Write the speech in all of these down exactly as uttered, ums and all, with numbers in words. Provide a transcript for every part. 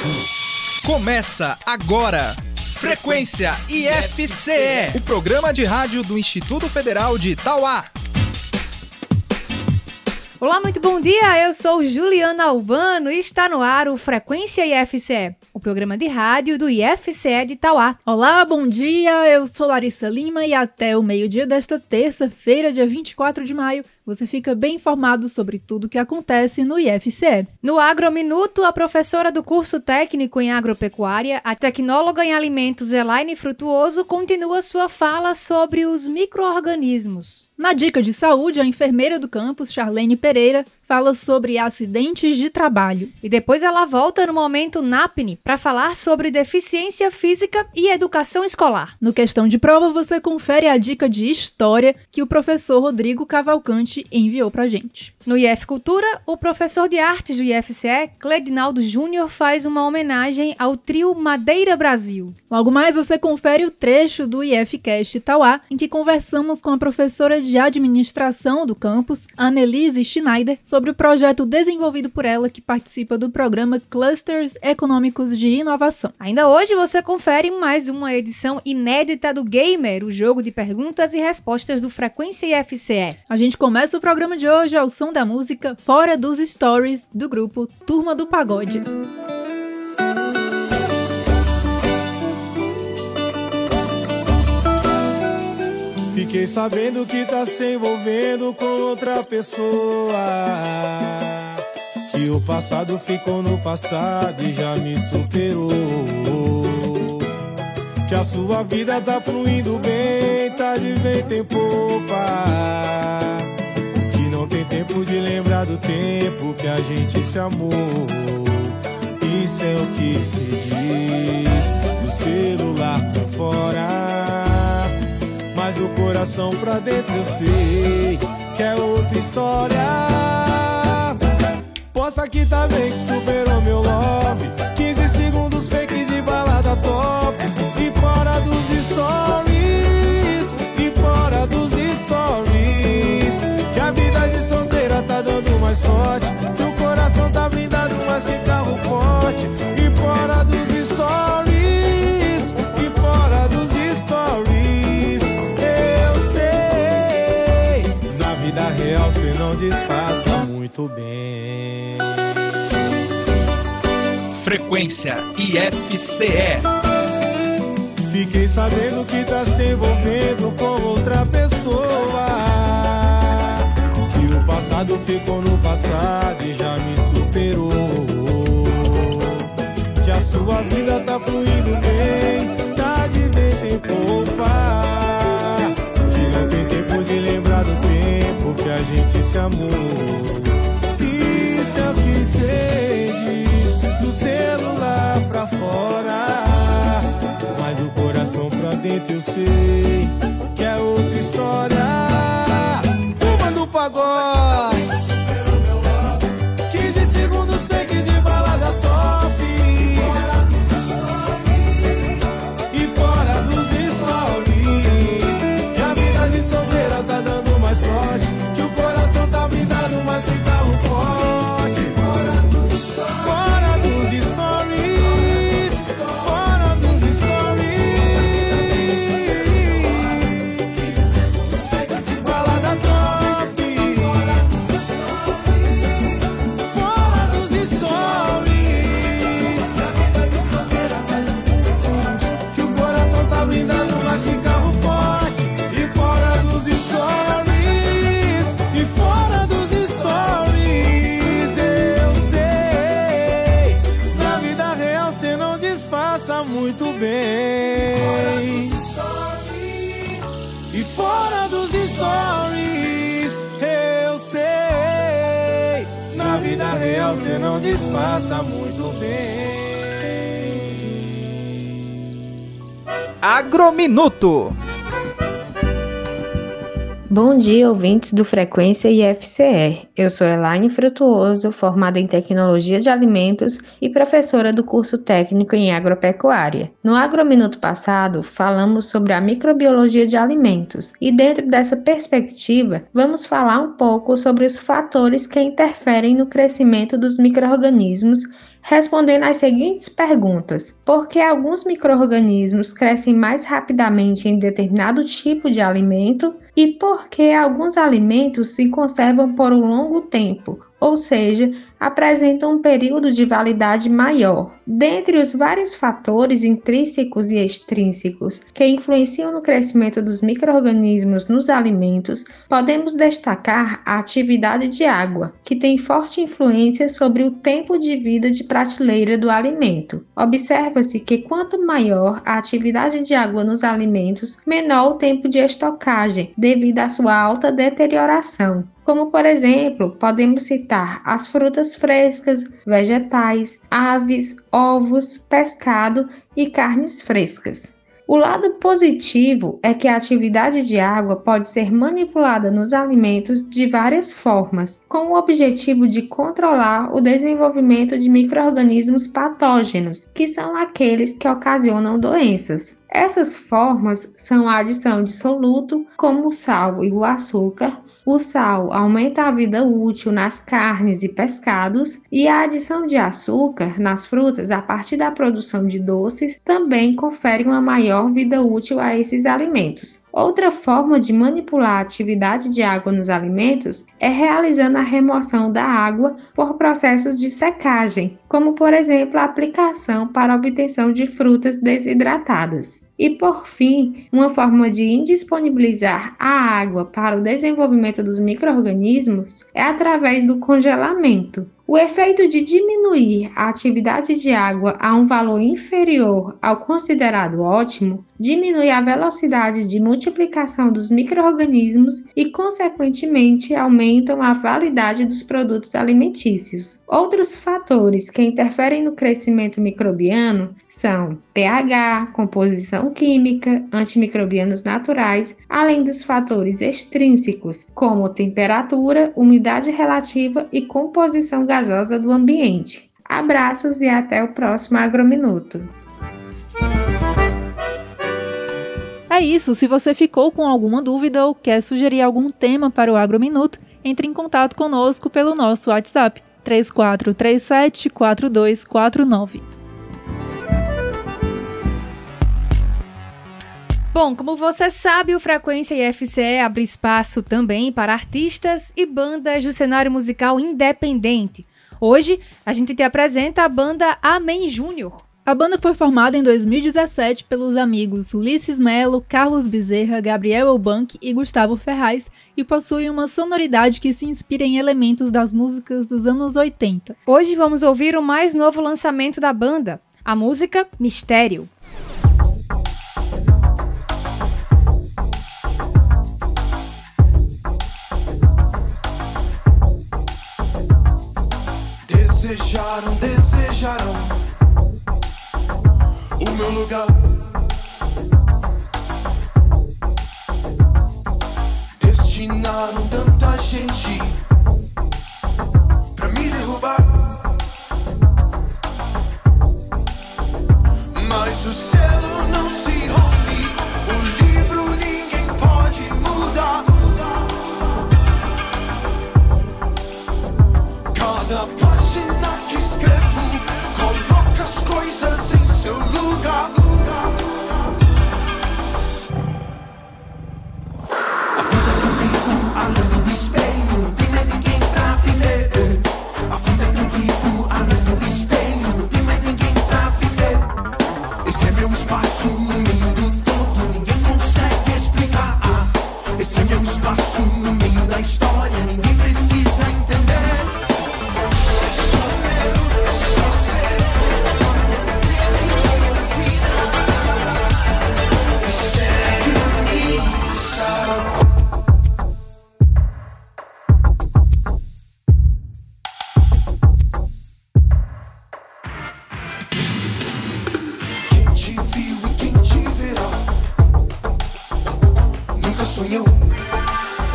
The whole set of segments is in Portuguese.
Começa agora, Frequência I F C E, o programa de rádio do Instituto Federal de Itauá. Olá, muito bom dia, eu sou Juliana Albano e está no ar o Frequência I F C E, o programa de rádio do I F C E de Itauá. Olá, bom dia, eu sou Larissa Lima e até o meio-dia desta terça-feira, dia vinte e quatro de maio, você fica bem informado sobre tudo o que acontece no I F C E. No Agrominuto, a professora do curso técnico em agropecuária, a tecnóloga em alimentos Elaine Frutuoso, continua sua fala sobre os micro-organismos. Na Dica de Saúde, a enfermeira do campus, Charlene Pereira, fala sobre acidentes de trabalho. E depois ela volta no Momento NAPNE para falar sobre deficiência física e educação escolar. No Questão de Prova, você confere a dica de História que o professor Rodrigo Cavalcante enviou pra gente. No I F Cultura, o professor de artes do I F C E, Cledinaldo Júnior, faz uma homenagem ao trio Madeira Brasil. Logo mais, você confere o trecho do IFCast Itauá, em que conversamos com a professora de administração do campus, Annelise Schneider, sobre o projeto desenvolvido por ela que participa do programa Clusters Econômicos de Inovação. Ainda hoje você confere mais uma edição inédita do Gamer, o jogo de perguntas e respostas do Frequência I F C E. A gente começa o programa de hoje ao som da música Fora dos Stories, do grupo Turma do Pagode. Fiquei sabendo que tá se envolvendo com outra pessoa, que o passado ficou no passado e já me superou, que a sua vida tá fluindo bem, tá de vento em popa, que não tem tempo de lembrar do tempo que a gente se amou. Isso é o que se diz do celular pra fora, mas do coração pra dentro eu sei que é outra história. Posta que tá bem, que superou meu love, quinze segundos fake de balada top, e fora dos stories, e fora dos stories, que a vida de solteira tá dando mais sorte, que o coração tá blindado, mas que carro forte, e fora dos stories, e fora dos stories, eu sei, na vida real cê não disfarça muito bem. Frequência I F C E. Fiquei sabendo que tá se envolvendo com outra pessoa, que o passado ficou no passado e já me superou, que a sua vida tá fluindo bem, tá de vento em popa, que não tem tempo de lembrar do tempo que a gente se amou. Isso é o que cê diz do celular pra fora, mas o coração pra dentro eu sei que é outra história. Turma do Pagode, quinze segundos fake de balada top, e fora dos stories, que a vida de solteira tá dando mais sorte, que o coração tá blindado, mas que carro forte, fora dos stories, fora dos stories, fora dos stories, quinze segundos fake de balada top, fora dos stories, fora dos stories, que a vida de solteira tá dando mais sorte, que o coração tá blindado, mas que carro forte, e fora dos stories, e fora dos stories, eu sei, na vida real cê não disfarça muito bem. E fora dos stories, eu sei, na vida real cê não disfarça muito bem. Agrominuto. Bom dia, ouvintes do Frequência I F C E. Eu sou Elaine Frutuoso, formada em Tecnologia de Alimentos e professora do curso técnico em Agropecuária. No Agrominuto passado, falamos sobre a microbiologia de alimentos e dentro dessa perspectiva, vamos falar um pouco sobre os fatores que interferem no crescimento dos micro-organismos, respondendo às seguintes perguntas: por que alguns micro-organismos crescem mais rapidamente em determinado tipo de alimento e por que alguns alimentos se conservam por um longo tempo, ou seja, apresentam um período de validade maior. Dentre os vários fatores intrínsecos e extrínsecos que influenciam no crescimento dos micro-organismos nos alimentos, podemos destacar a atividade de água, que tem forte influência sobre o tempo de vida de prateleira do alimento. Observa-se que quanto maior a atividade de água nos alimentos, menor o tempo de estocagem, devido à sua alta deterioração. Como, por exemplo, podemos citar as frutas frescas, vegetais, aves, ovos, pescado e carnes frescas. O lado positivo é que a atividade de água pode ser manipulada nos alimentos de várias formas, com o objetivo de controlar o desenvolvimento de micro-organismos patógenos, que são aqueles que ocasionam doenças. Essas formas são a adição de soluto, como o sal e o açúcar. O sal aumenta a vida útil nas carnes e pescados, e a adição de açúcar nas frutas a partir da produção de doces também confere uma maior vida útil a esses alimentos. Outra forma de manipular a atividade de água nos alimentos é realizando a remoção da água por processos de secagem, como por exemplo a aplicação para a obtenção de frutas desidratadas. E por fim, uma forma de indisponibilizar a água para o desenvolvimento dos micro-organismos é através do congelamento. O efeito de diminuir a atividade de água a um valor inferior ao considerado ótimo diminui a velocidade de multiplicação dos micro-organismos e, consequentemente, aumentam a validade dos produtos alimentícios. Outros fatores que interferem no crescimento microbiano são pH, composição química, antimicrobianos naturais, além dos fatores extrínsecos, como temperatura, umidade relativa e composição gasosa do ambiente. Abraços e até o próximo Agrominuto. É isso, se você ficou com alguma dúvida ou quer sugerir algum tema para o Agrominuto, entre em contato conosco pelo nosso WhatsApp três quatro três sete, quatro dois quatro nove. Bom, como você sabe, o Frequência I F C E abre espaço também para artistas e bandas do cenário musical independente. Hoje, a gente te apresenta a banda Amém Júnior. A banda foi formada em dois mil e dezessete pelos amigos Ulisses Melo, Carlos Bezerra, Gabriel Eubank e Gustavo Ferraz e possui uma sonoridade que se inspira em elementos das músicas dos anos oitenta. Hoje vamos ouvir o mais novo lançamento da banda, a música Mistério. Desejaram, desejaram o meu lugar. Destinaram tanta gente pra me derrubar, mas o selo não se rompe, o livro ninguém pode mudar. Cada página que escrevo coloca as coisas em seu lugar. A vida que eu vivo, além do espelho, não tem mais ninguém pra viver. A vida que eu vivo, além do espelho, não tem mais ninguém pra viver. Esse é meu espaço no meio do todo, ninguém consegue explicar. Esse é meu espaço no meio da história, ninguém precisa entender. Sonhou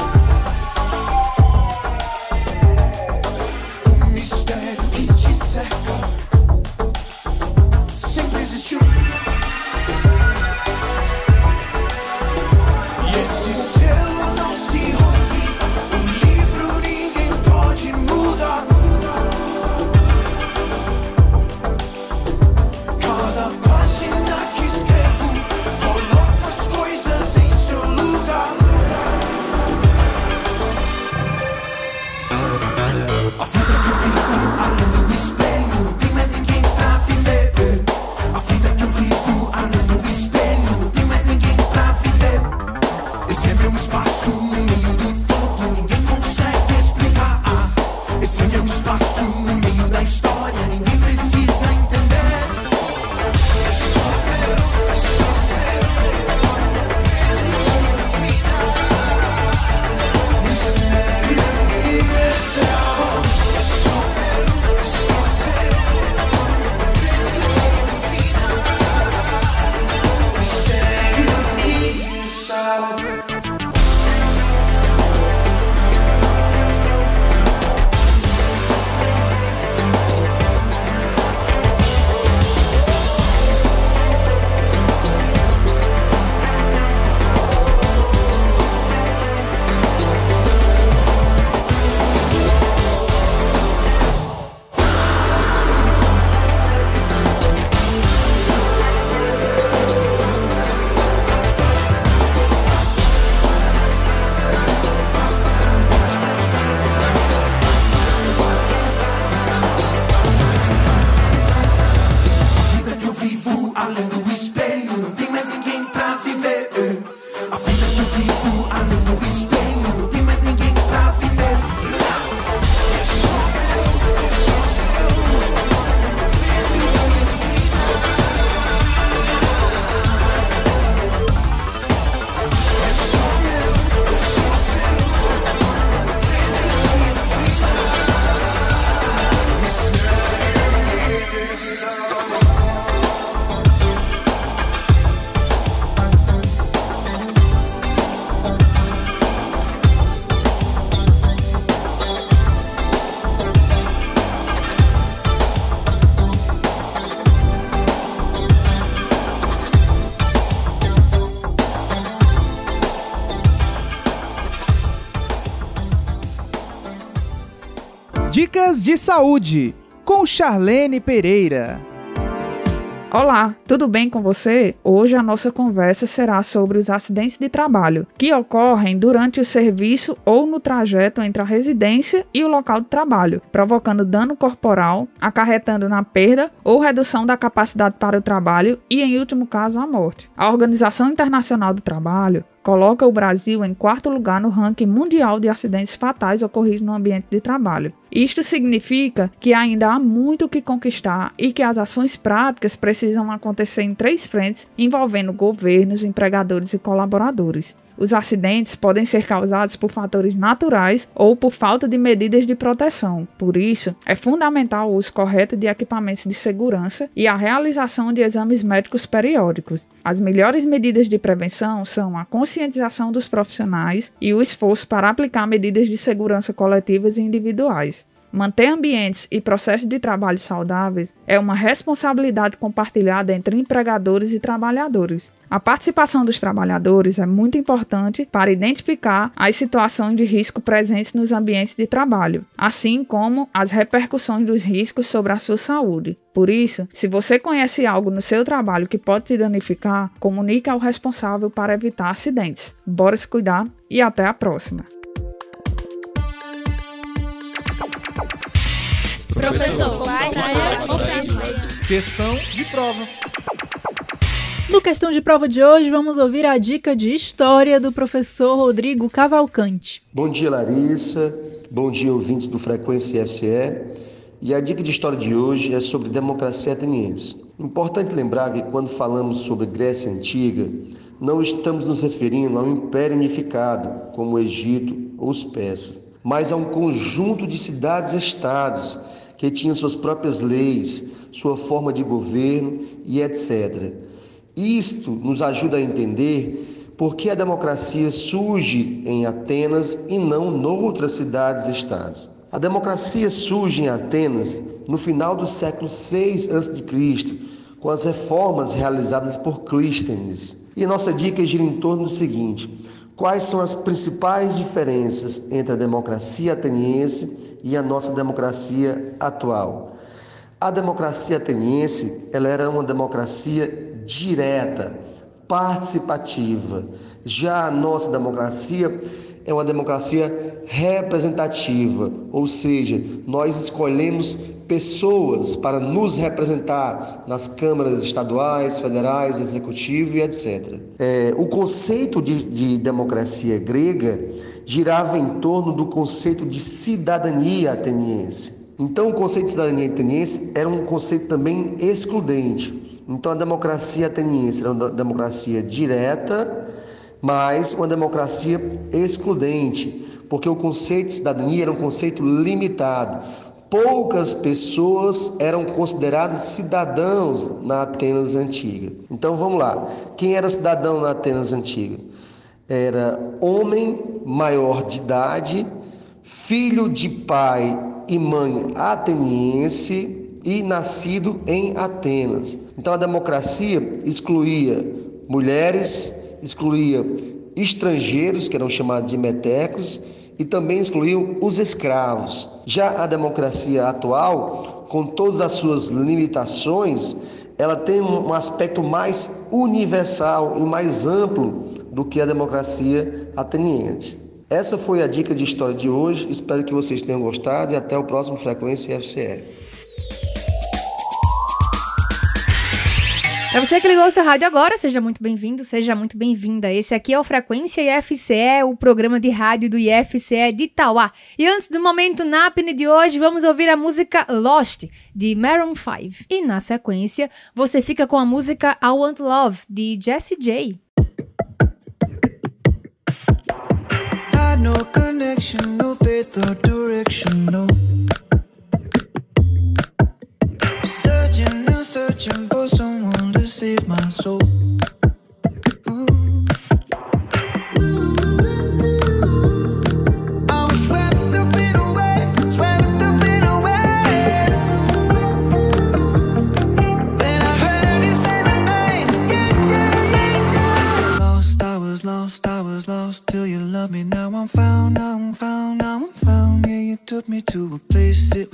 Dicas de Saúde, com Charlene Pereira. Olá, tudo bem com você? Hoje a nossa conversa será sobre os acidentes de trabalho, que ocorrem durante o serviço ou no trajeto entre a residência e o local de trabalho, provocando dano corporal, acarretando na perda ou redução da capacidade para o trabalho e, em último caso, a morte. A Organização Internacional do Trabalho coloca o Brasil em quarto lugar no ranking mundial de acidentes fatais ocorridos no ambiente de trabalho. Isto significa que ainda há muito o que conquistar e que as ações práticas precisam acontecer em três frentes envolvendo governos, empregadores e colaboradores. Os acidentes podem ser causados por fatores naturais ou por falta de medidas de proteção. Por isso, é fundamental o uso correto de equipamentos de segurança e a realização de exames médicos periódicos. As melhores medidas de prevenção são a conscientização dos profissionais e o esforço para aplicar medidas de segurança coletivas e individuais. Manter ambientes e processos de trabalho saudáveis é uma responsabilidade compartilhada entre empregadores e trabalhadores. A participação dos trabalhadores é muito importante para identificar as situações de risco presentes nos ambientes de trabalho, assim como as repercussões dos riscos sobre a sua saúde. Por isso, se você conhece algo no seu trabalho que pode te danificar, comunique ao responsável para evitar acidentes. Bora se cuidar e até a próxima! Professor, vai, Questão de prova. No Questão de Prova de hoje, vamos ouvir a dica de História do professor Rodrigo Cavalcante. Bom dia, Larissa. Bom dia, ouvintes do Frequência I F C E. E a dica de História de hoje é sobre democracia ateniense. Importante lembrar que quando falamos sobre Grécia Antiga, não estamos nos referindo a um império unificado, como o Egito ou os persas, mas a um conjunto de cidades-estados que tinham suas próprias leis, sua forma de governo e etcétera. Isto nos ajuda a entender por que a democracia surge em Atenas e não noutras cidades-estados. A democracia surge em Atenas no final do século seis antes de Cristo, com as reformas realizadas por Clístenes. E a nossa dica gira em torno do seguinte: quais são as principais diferenças entre a democracia ateniense e a nossa democracia atual? A democracia ateniense, ela era uma democracia direta, participativa. Já a nossa democracia é uma democracia representativa, ou seja, nós escolhemos pessoas para nos representar nas câmaras estaduais, federais, executivo e etcétera. É, o conceito de, de democracia grega girava em torno do conceito de cidadania ateniense. Então, o conceito de cidadania ateniense era um conceito também excludente. Então, a democracia ateniense era uma democracia direta, mas uma democracia excludente, porque o conceito de cidadania era um conceito limitado. Poucas pessoas eram consideradas cidadãos na Atenas Antiga. Então vamos lá. Quem era cidadão na Atenas Antiga? Era homem maior de idade, filho de pai e mãe ateniense e nascido em Atenas. Então a democracia excluía mulheres, excluía estrangeiros, que eram chamados de metecos, e também excluiu os escravos. Já a democracia atual, com todas as suas limitações, ela tem um aspecto mais universal e mais amplo do que a democracia ateniense. Essa foi a dica de história de hoje. Espero que vocês tenham gostado e até o próximo Frequência I F C E. Para você que ligou o seu rádio agora, seja muito bem-vindo, seja muito bem-vinda. Esse aqui é o Frequência I F C E, o programa de rádio do I F C E de Itauá. E antes do Momento Napne de hoje, vamos ouvir a música Lost, de Maroon five. E na sequência, você fica com a música I Want Love, de Jessie J. Had no connection, no faith or direction, no. Searching and searching for someone to save my soul. Ooh. I was swept up in a wave, swept up in a wave. Then I heard you say my name, yeah, yeah, yeah, yeah. Lost, I was lost, I was lost till you loved me. Now I'm found, now I'm found, now I'm found. Yeah, you took me to a place it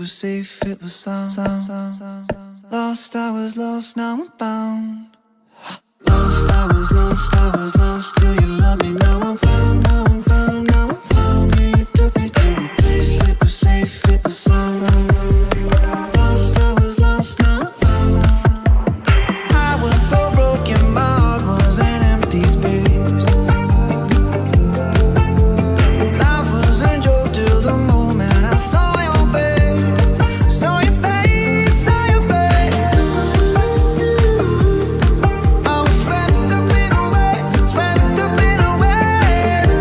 was lost, now I'm found. Lost, I was lost, I was lost till you love me. Now I'm found, now I'm found, now I'm found. Yeah, you took me to a place, it was safe, it was sound. Lost, I was lost, now I'm found. I was so broken, my heart was an empty space. Life was a joke till the moment I saw your face, saw your face, saw your face. I was swept up in a wave, swept up in a wave.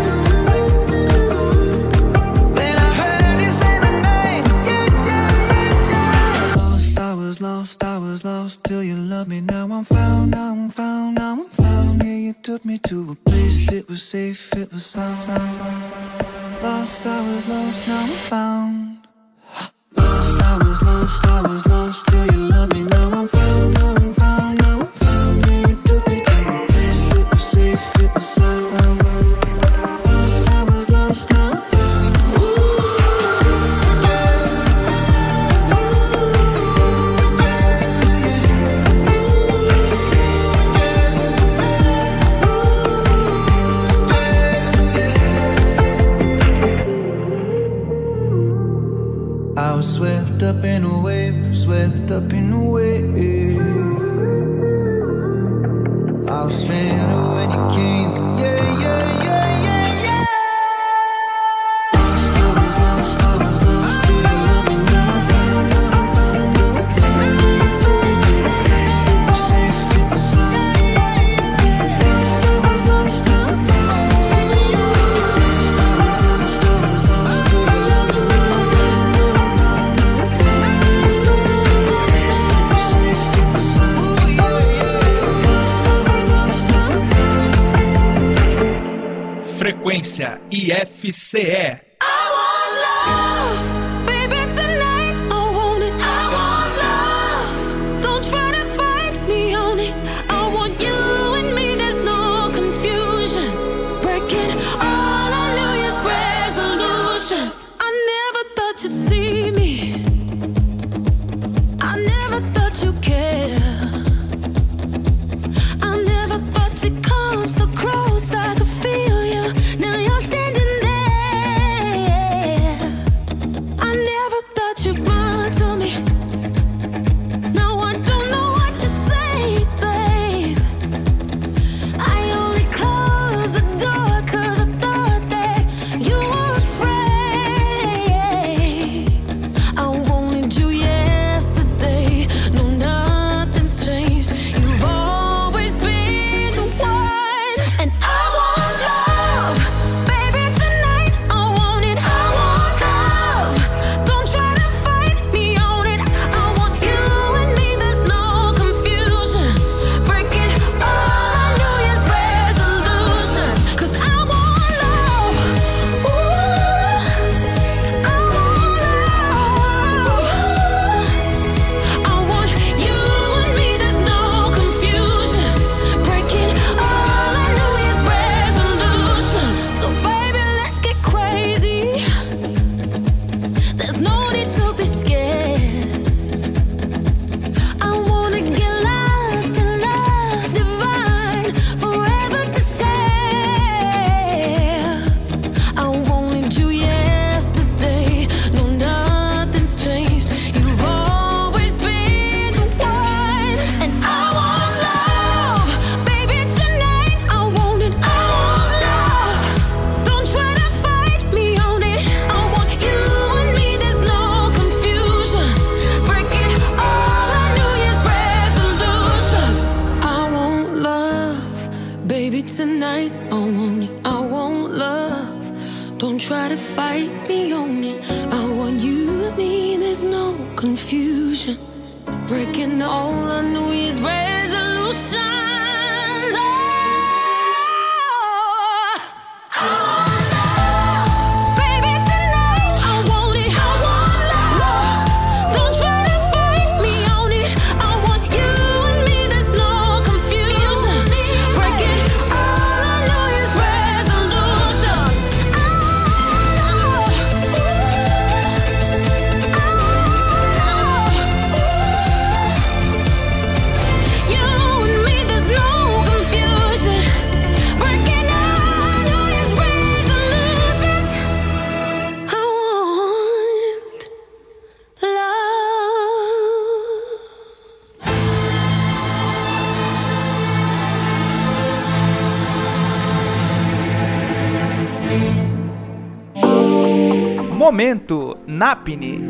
Then I heard you say my name, yeah, yeah, yeah, yeah. Lost, I was lost, I was lost till you loved me. Now I'm found, now I'm found, now I'm found. Yeah, you took me to a place, it was safe, it was sound, sound, sound, sound. Lost, I was lost, now I'm found. Lost, I was lost, I was lost till you love me. Now I'm found, now I'm found, now I'm found. Yeah, you took me to a place, it was safe, it was sound. Lost, I was lost, now I'm found. Ooh, yeah. Ooh, yeah, yeah. I was swept up in a wave, swept up in a wave. I was stranded when you came, yeah, yeah, yeah, yeah, yeah. Lost, I was lost, I was lost till you love me. Now I'm found, now I'm found, now I'm found. Yeah, you took me to a place, it was safe, it was sound. Lost, I was lost, now I'm found. Lost, I was lost, I was lost till you love me. Now I'm found, now I'm found, now I'm found. Yeah, you took me to a place, it was safe, it was sound. Lost, I was lost, now I'm found. Frequência I F C E. I want love, baby, tonight. I want it. I want love. Don't try to fight me on it. I want you and me. There's no confusion. Breaking all our New Year's resolutions. I never thought you'd see me. I never thought you'd care. I never thought you'd come so close. I could feel you. Now you're standing there. I never thought you'd run to me. Now I don't know what to say, babe. I only closed the door 'cause I thought that you were afraid. I wanted you yesterday. No, nothing's changed. You've always been the one. And I want love, baby, tonight. I want it. I want love. Don't try to fight me on it. I want you and me. There's no confusion. Breaking all our New Year's resolutions. 'Cause I want love. Ooh, I want love. I want you and me. There's no confusion. Breaking all our New Year's resolutions. So baby, let's get crazy. There's no need to be scared. I wanna get lost in love divine, forever to share. I wanted you yesterday. No, nothing's changed. You've always been the one. And I want love, baby, tonight. I want it. I want love. Don't try to fight me on it. I want you and me. There's no confusion. Breaking all our New Year's resolutions. I want love, baby, tonight. I want it. I want love. Don't try to fight me on it. I want you and me. There's no confusion. Breaking all our New Year's resolutions. Oh, I want love, baby, tonight. I want it. I want love. Don't try to fight me on it. I want you and me. There's no confusion. Breaking all our New Year's resolutions. I want love. Ooh, I want love. Ooh. Momento Napni.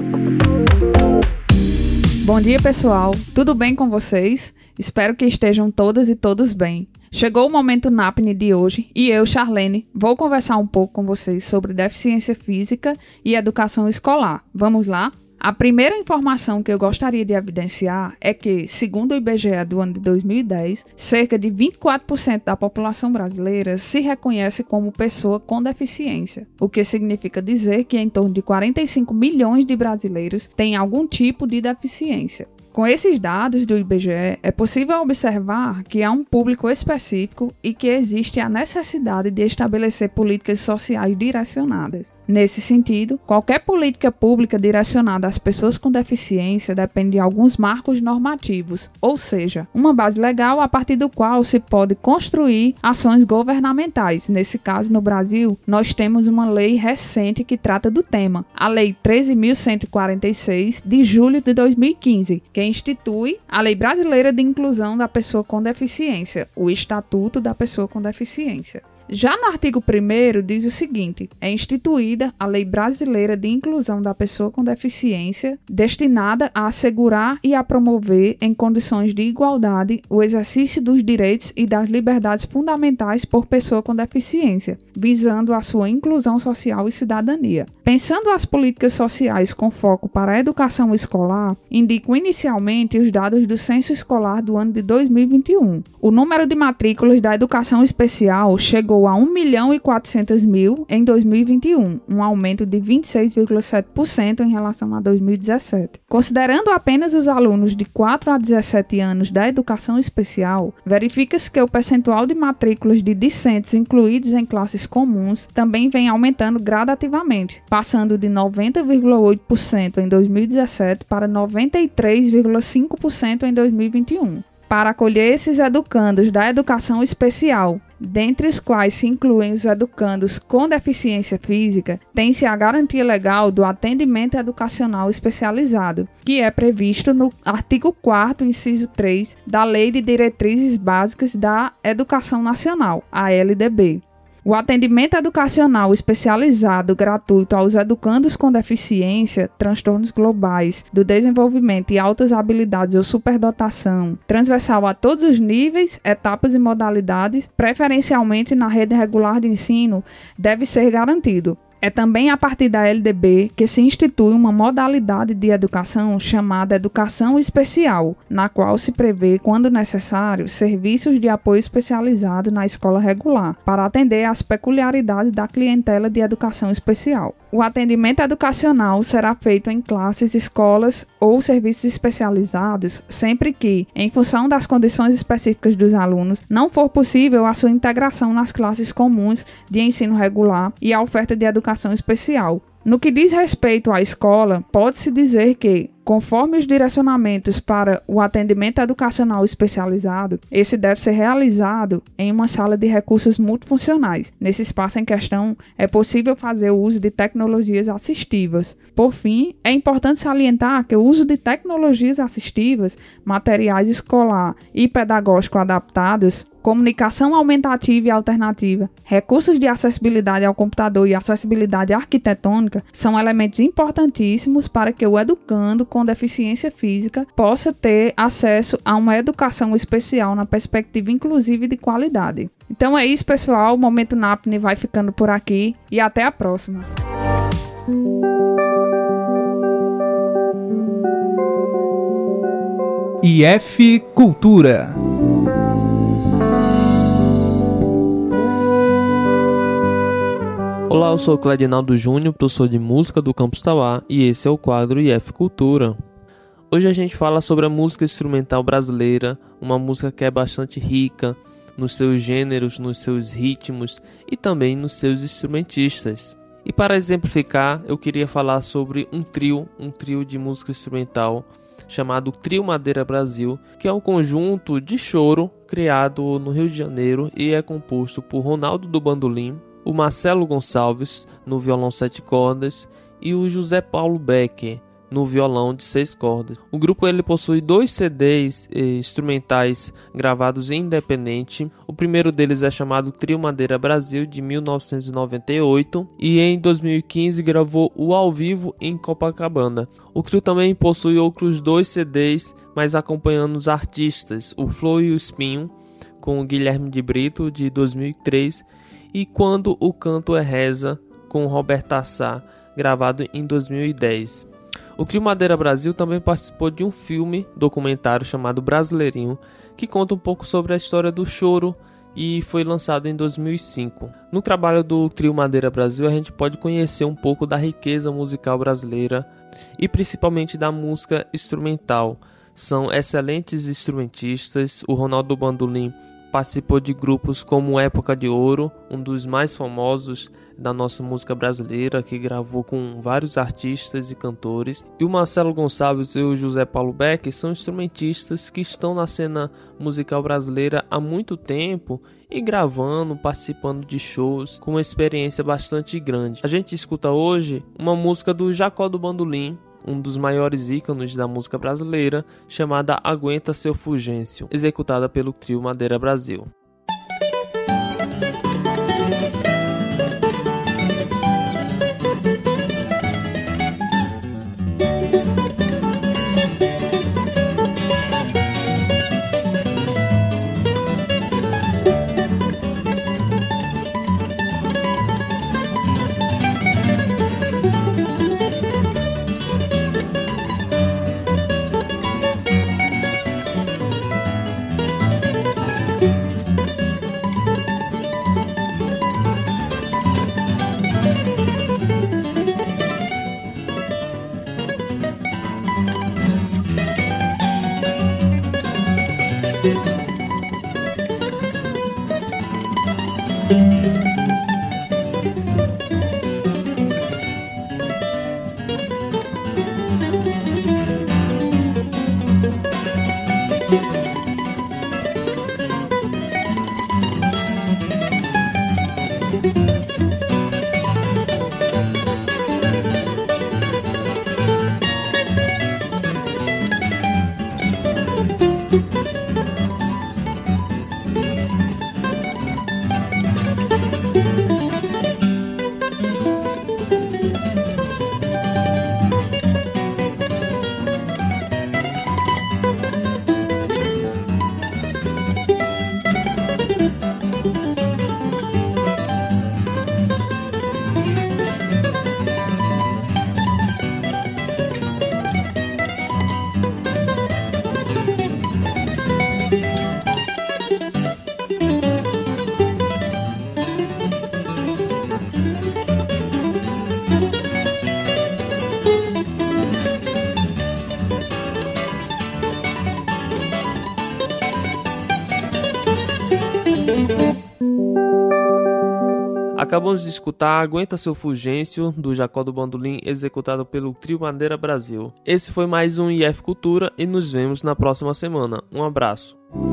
Bom dia, pessoal. Tudo bem com vocês? Espero que estejam todas e todos bem. Chegou o Momento Napni de hoje e eu, Charlene, vou conversar um pouco com vocês sobre deficiência física e educação escolar. Vamos lá? A primeira informação que eu gostaria de evidenciar é que, segundo o I B G E do ano de dois mil e dez, cerca de vinte e quatro por cento da população brasileira se reconhece como pessoa com deficiência, o que significa dizer que em torno de quarenta e cinco milhões de brasileiros têm algum tipo de deficiência. Com esses dados do I B G E, é possível observar que há um público específico e que existe a necessidade de estabelecer políticas sociais direcionadas. Nesse sentido, qualquer política pública direcionada às pessoas com deficiência depende de alguns marcos normativos, ou seja, uma base legal a partir do qual se pode construir ações governamentais. Nesse caso, no Brasil, nós temos uma lei recente que trata do tema, a Lei treze mil cento e quarenta e seis, de julho de dois mil e quinze, que institui a Lei Brasileira de Inclusão da Pessoa com Deficiência, o Estatuto da Pessoa com Deficiência. Já no artigo primeiro diz o seguinte: é instituída a Lei Brasileira de Inclusão da Pessoa com Deficiência, destinada a assegurar e a promover em condições de igualdade o exercício dos direitos e das liberdades fundamentais por pessoa com deficiência, visando a sua inclusão social e cidadania. Pensando as políticas sociais com foco para a educação escolar, indicam inicialmente os dados do Censo Escolar do ano de dois mil e vinte e um. O número de matrículas da educação especial chegou a um milhão e quatrocentos mil em dois mil e vinte e um, um aumento de vinte e seis vírgula sete por cento em relação a dois mil e dezessete. Considerando apenas os alunos de quatro a dezessete anos da educação especial, verifica-se que o percentual de matrículas de discentes incluídos em classes comuns também vem aumentando gradativamente, passando de noventa vírgula oito por cento em dois mil e dezessete para noventa e três vírgula cinco por cento em dois mil e vinte e um. Para acolher esses educandos da educação especial, dentre os quais se incluem os educandos com deficiência física, tem-se a garantia legal do atendimento educacional especializado, que é previsto no artigo quarto, inciso três, da Lei de Diretrizes Básicas da Educação Nacional, a L D B. O atendimento educacional especializado gratuito aos educandos com deficiência, transtornos globais do desenvolvimento e altas habilidades ou superdotação, transversal a todos os níveis, etapas e modalidades, preferencialmente na rede regular de ensino, deve ser garantido. É também a partir da L D B que se institui uma modalidade de educação chamada educação especial, na qual se prevê, quando necessário, serviços de apoio especializado na escola regular, para atender às peculiaridades da clientela de educação especial. O atendimento educacional será feito em classes, escolas ou serviços especializados, sempre que, em função das condições específicas dos alunos, não for possível a sua integração nas classes comuns de ensino regular e a oferta de educação especial. No que diz respeito à escola, pode-se dizer que, conforme os direcionamentos para o atendimento educacional especializado, esse deve ser realizado em uma sala de recursos multifuncionais. Nesse espaço em questão, é possível fazer o uso de tecnologias assistivas. Por fim, é importante salientar que o uso de tecnologias assistivas, materiais escolar e pedagógico adaptados, comunicação aumentativa e alternativa, recursos de acessibilidade ao computador e acessibilidade arquitetônica são elementos importantíssimos para que o educando com deficiência física possa ter acesso a uma educação especial na perspectiva inclusiva e de qualidade. Então é isso, pessoal. O Momento Napni vai ficando por aqui e até a próxima. I F Cultura. Olá, eu sou o Cledinaldo Júnior, professor de música do Campus Tauá, e esse é o quadro I F Cultura. Hoje a gente fala sobre a música instrumental brasileira, uma música que é bastante rica nos seus gêneros, nos seus ritmos e também nos seus instrumentistas. E para exemplificar, eu queria falar sobre um trio, um trio de música instrumental chamado Trio Madeira Brasil, que é um conjunto de choro criado no Rio de Janeiro e é composto por Ronaldo do bandolim, o Marcelo Gonçalves no violão sete cordas e o José Paulo Becker no violão de seis cordas. O grupo ele possui dois C Ds eh, instrumentais gravados independente. O primeiro deles é chamado Trio Madeira Brasil, de mil novecentos e noventa e oito, e em dois mil e quinze gravou o Ao Vivo em Copacabana. O trio também possui outros dois C Ds, mas acompanhando os artistas, o Flow e o Espinho, com o Guilherme de Brito, de dois mil e três, e Quando o Canto é Reza, com o Roberto Assá, gravado em dois mil e dez. O Trio Madeira Brasil também participou de um filme documentário chamado Brasileirinho, que conta um pouco sobre a história do choro e foi lançado em dois mil e cinco. No trabalho do Trio Madeira Brasil, a gente pode conhecer um pouco da riqueza musical brasileira e principalmente da música instrumental. São excelentes instrumentistas. O Ronaldo Bandolim participou de grupos como Época de Ouro, um dos mais famosos da nossa música brasileira, que gravou com vários artistas e cantores. E o Marcelo Gonçalves e o José Paulo Beck são instrumentistas que estão na cena musical brasileira há muito tempo e gravando, participando de shows com uma experiência bastante grande. A gente escuta hoje uma música do Jacó do Bandolim, um dos maiores ícones da música brasileira, chamada Aguenta Seu Fulgêncio, executada pelo Trio Madeira Brasil. Acabamos de escutar Aguenta Seu Fulgêncio, do Jacó do Bandolim, executado pelo Trio Madeira Brasil. Esse foi mais um I F Cultura e nos vemos na próxima semana. Um abraço.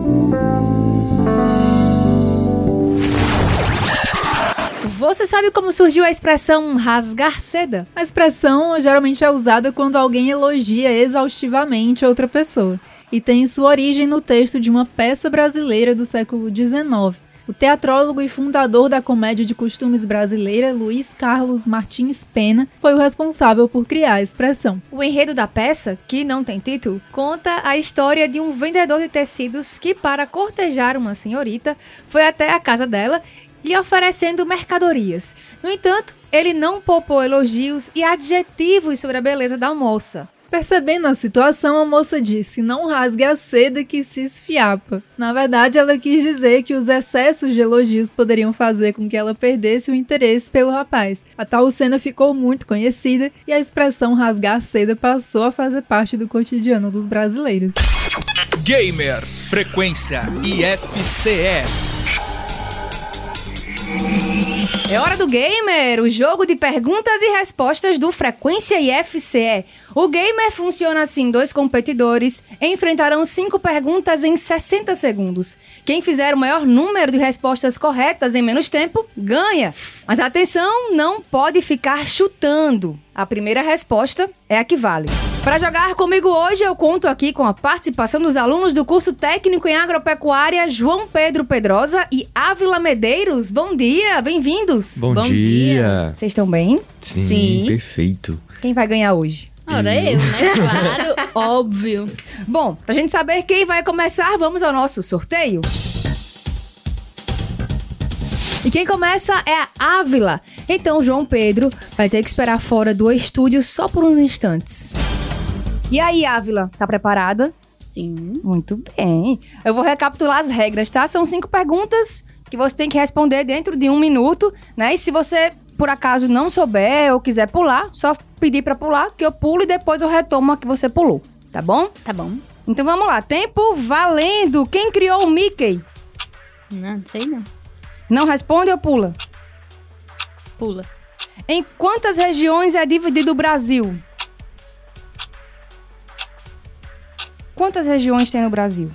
Você sabe como surgiu a expressão rasgar seda? A expressão geralmente é usada quando alguém elogia exaustivamente outra pessoa e tem sua origem no texto de uma peça brasileira do século dezenove. O teatrólogo e fundador da comédia de costumes brasileira, Luiz Carlos Martins Pena, foi o responsável por criar a expressão. O enredo da peça, que não tem título, conta a história de um vendedor de tecidos que, para cortejar uma senhorita, foi até a casa dela lhe oferecendo mercadorias. No entanto, ele não poupou elogios e adjetivos sobre a beleza da moça. Percebendo a situação, a moça disse: "Não rasgue a seda que se esfiapa". Na verdade, ela quis dizer que os excessos de elogios poderiam fazer com que ela perdesse o interesse pelo rapaz. A tal cena ficou muito conhecida e a expressão rasgar a seda passou a fazer parte do cotidiano dos brasileiros. Gamer Frequência I F C E. É hora do Gamer, o jogo de perguntas e respostas do Frequência I F C E. O Gamer funciona assim, dois competidores enfrentarão cinco perguntas em sessenta segundos. Quem fizer o maior número de respostas corretas em menos tempo, ganha. Mas atenção, não pode ficar chutando. A primeira resposta é a que vale. Para jogar comigo hoje, eu conto aqui com a participação dos alunos do curso técnico em agropecuária João Pedro Pedrosa e Ávila Medeiros. Bom dia, bem-vindos. Bom, Bom dia. dia. Vocês estão bem? Sim, Sim, perfeito. Quem vai ganhar hoje? Ora, eu, né? Claro, óbvio. Bom, pra gente saber quem vai começar, vamos ao nosso sorteio. E quem começa é a Ávila. Então, João Pedro vai ter que esperar fora do estúdio só por uns instantes. E aí, Ávila, tá preparada? Sim. Muito bem. Eu vou recapitular as regras, tá? São cinco perguntas que você tem que responder dentro de um minuto, né? E se você, por acaso, não souber ou quiser pular, só pedir pra pular, que eu pulo e depois eu retomo a que você pulou. Tá bom? Tá bom. Então vamos lá. Tempo valendo. Quem criou o Mickey? Não, não sei não. Não responde ou pula? Pula. Em quantas regiões é dividido o Brasil? Quantas regiões tem no Brasil?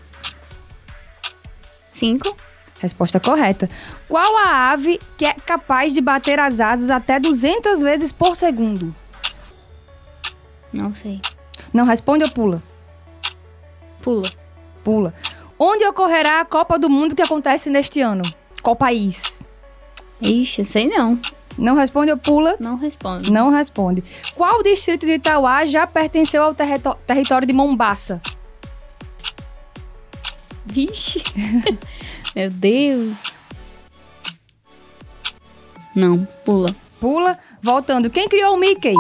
Cinco. Resposta correta. Qual a ave que é capaz de bater as asas até duzentas vezes por segundo? Não sei. Não responde ou pula? Pula. Pula. Onde ocorrerá a Copa do Mundo que acontece neste ano? Qual país? Ixi, sei não. Não responde ou pula? Não responde. Não responde. Qual distrito de Itauá já pertenceu ao territo- território de Mombaça? Vixe. Meu Deus. Não, pula. Pula. Voltando. Quem criou o Mickey?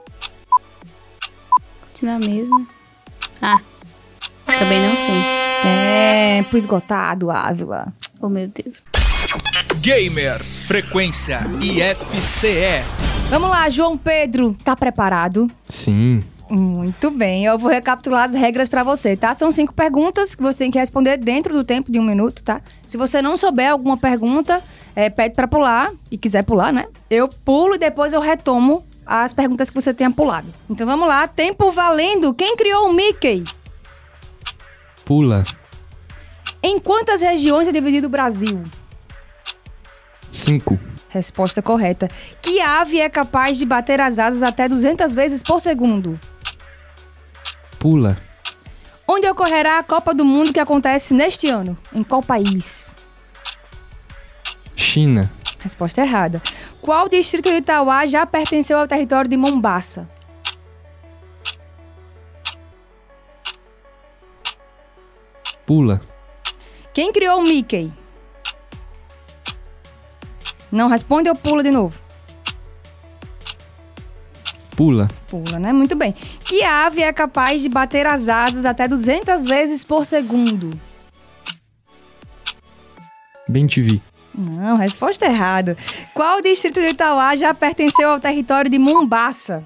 Continua mesmo. Ah, também não sei. Tempo esgotado, Ávila. Oh, meu Deus. Gamer Frequência I F C E. Vamos lá, João Pedro. Tá preparado? Sim. Muito bem, eu vou recapitular as regras pra você, tá? São cinco perguntas que você tem que responder dentro do tempo de um minuto, tá? Se você não souber alguma pergunta, é, pede pra pular, e quiser pular, né? Eu pulo e depois eu retomo as perguntas que você tenha pulado. Então vamos lá, tempo valendo. Quem criou o Mickey? Pula. Em quantas regiões é dividido o Brasil? Cinco. Resposta correta. Que ave é capaz de bater as asas até duzentas vezes por segundo? Pula. Onde ocorrerá a Copa do Mundo que acontece neste ano? Em qual país? China. Resposta errada. Qual distrito de Itauá já pertenceu ao território de Mombaça? Pula. Quem criou o Mickey? Não responde ou pula de novo? Pula. Pula, né? Muito bem. Que ave é capaz de bater as asas até duzentas vezes por segundo? Bem-te-vi. Não, resposta errada. Qual distrito de Itauá já pertenceu ao território de Mombaça?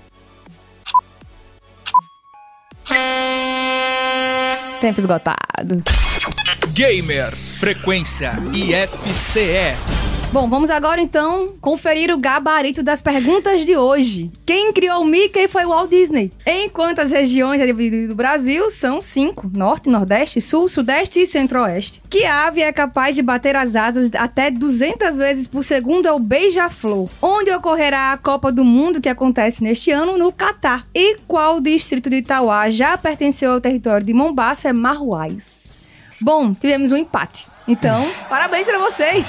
Tempo esgotado. Gamer Frequência I F C E. Bom, vamos agora então conferir o gabarito das perguntas de hoje. Quem criou o Mickey foi o Walt Disney. Em quantas regiões é dividido o Brasil? São cinco. Norte, Nordeste, Sul, Sudeste e Centro-Oeste. Que ave é capaz de bater as asas até duzentas vezes por segundo? É o beija-flor. Onde ocorrerá a Copa do Mundo que acontece neste ano? No Catar. E qual distrito de Itauá já pertenceu ao território de Mombaça? É Marruais. Bom, tivemos um empate. Então, parabéns pra vocês.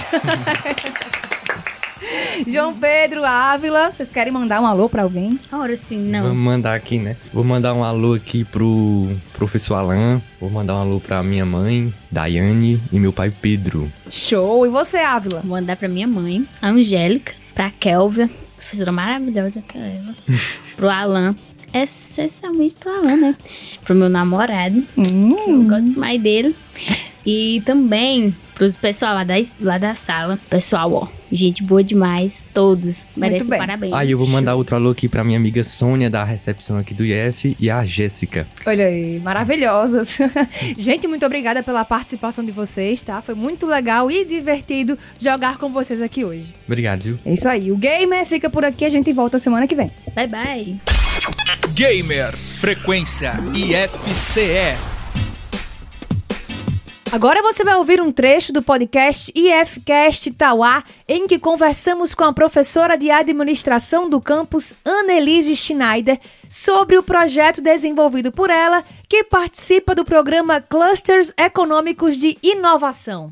João Pedro, Ávila, vocês querem mandar um alô pra alguém? Ora sim, não. Vamos mandar aqui, né? Vou mandar um alô aqui pro professor Alan. Vou mandar um alô pra minha mãe, Daiane, e meu pai Pedro. Show! E você, Ávila? Vou mandar pra minha mãe, a Angélica, pra Kelvia, professora maravilhosa que é ela. Pro Alan. Essencialmente pro Alan, né? Pro meu namorado, Hum. que eu gosto mais dele. E também pros pessoal lá da, lá da sala. Pessoal, ó, gente boa demais, todos. Merecem bem. parabéns. Aí eu vou mandar outro alô aqui pra minha amiga Sônia, da recepção aqui do I F, e a Jéssica. Olha aí, maravilhosas. Gente, muito obrigada pela participação de vocês, tá? Foi muito legal e divertido jogar com vocês aqui hoje. Obrigado, viu? É isso aí, o Gamer fica por aqui, a gente volta semana que vem. Bye, bye. Gamer Frequência I F C E. Agora você vai ouvir um trecho do podcast IFCast Tauá, em que conversamos com a professora de administração do campus, Annelise Schneider, sobre o projeto desenvolvido por ela, que participa do programa Clusters Econômicos de Inovação.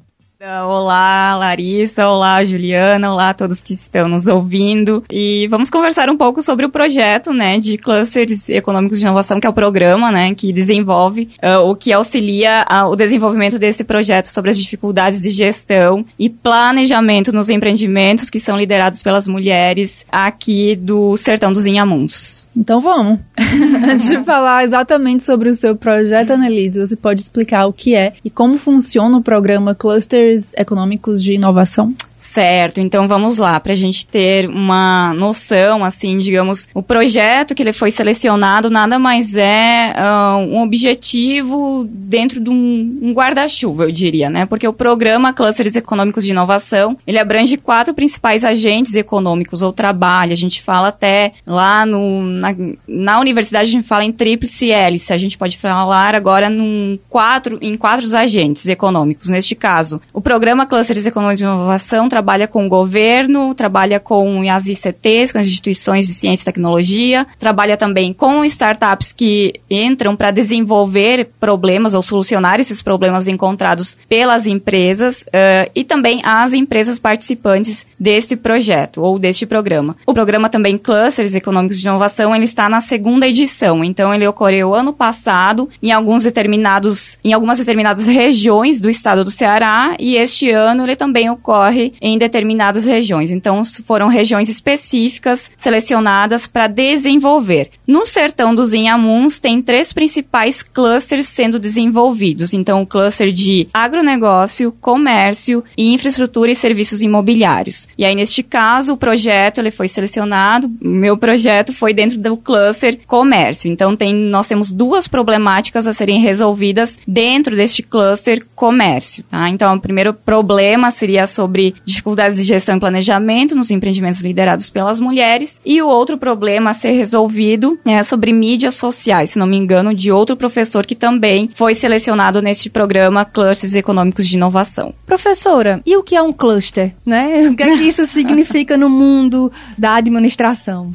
Olá, Larissa, olá, Juliana, olá a todos que estão nos ouvindo. E vamos conversar um pouco sobre o projeto, né, de Clusters Econômicos de Inovação, que é o programa, né, que desenvolve, uh, o que auxilia uh, o desenvolvimento desse projeto sobre as dificuldades de gestão e planejamento nos empreendimentos que são liderados pelas mulheres aqui do Sertão dos Inhamuns. Então vamos. Antes de falar exatamente sobre o seu projeto, Annelise, você pode explicar o que é e como funciona o programa Clusters Econômicos de Inovação? Certo, então vamos lá, para a gente ter uma noção, assim, digamos, o projeto que ele foi selecionado nada mais é uh, um objetivo dentro de um, um guarda-chuva, eu diria, né, porque o programa Clusters Econômicos de Inovação, ele abrange quatro principais agentes econômicos ou trabalho, a gente fala até lá no, na, na universidade a gente fala em tríplice hélice, a gente pode falar agora num quatro, em quatro agentes econômicos, neste caso, o programa Clusters Econômicos de Inovação trabalha com o governo, trabalha com as I C Ts, com as instituições de ciência e tecnologia, trabalha também com startups que entram para desenvolver problemas ou solucionar esses problemas encontrados pelas empresas uh, e também as empresas participantes deste projeto ou deste programa. O programa também Clusters Econômicos de Inovação, ele está na segunda edição, então ele ocorreu ano passado em alguns determinados, em algumas determinadas regiões do estado do Ceará e este ano ele também ocorre em determinadas regiões. Então, foram regiões específicas selecionadas para desenvolver. No Sertão dos Inhamuns, tem três principais clusters sendo desenvolvidos. Então, o cluster de agronegócio, comércio e infraestrutura e serviços imobiliários. E aí, neste caso, o projeto ele foi selecionado, o meu projeto foi dentro do cluster comércio. Então, tem, nós temos duas problemáticas a serem resolvidas dentro deste cluster comércio. Tá? Então, o primeiro problema seria sobre dificuldades de gestão e planejamento nos empreendimentos liderados pelas mulheres. E o outro problema a ser resolvido é sobre mídias sociais, se não me engano, de outro professor que também foi selecionado neste programa Clusters Econômicos de Inovação. Professora, e o que é um cluster, né? O que é que isso significa no mundo da administração?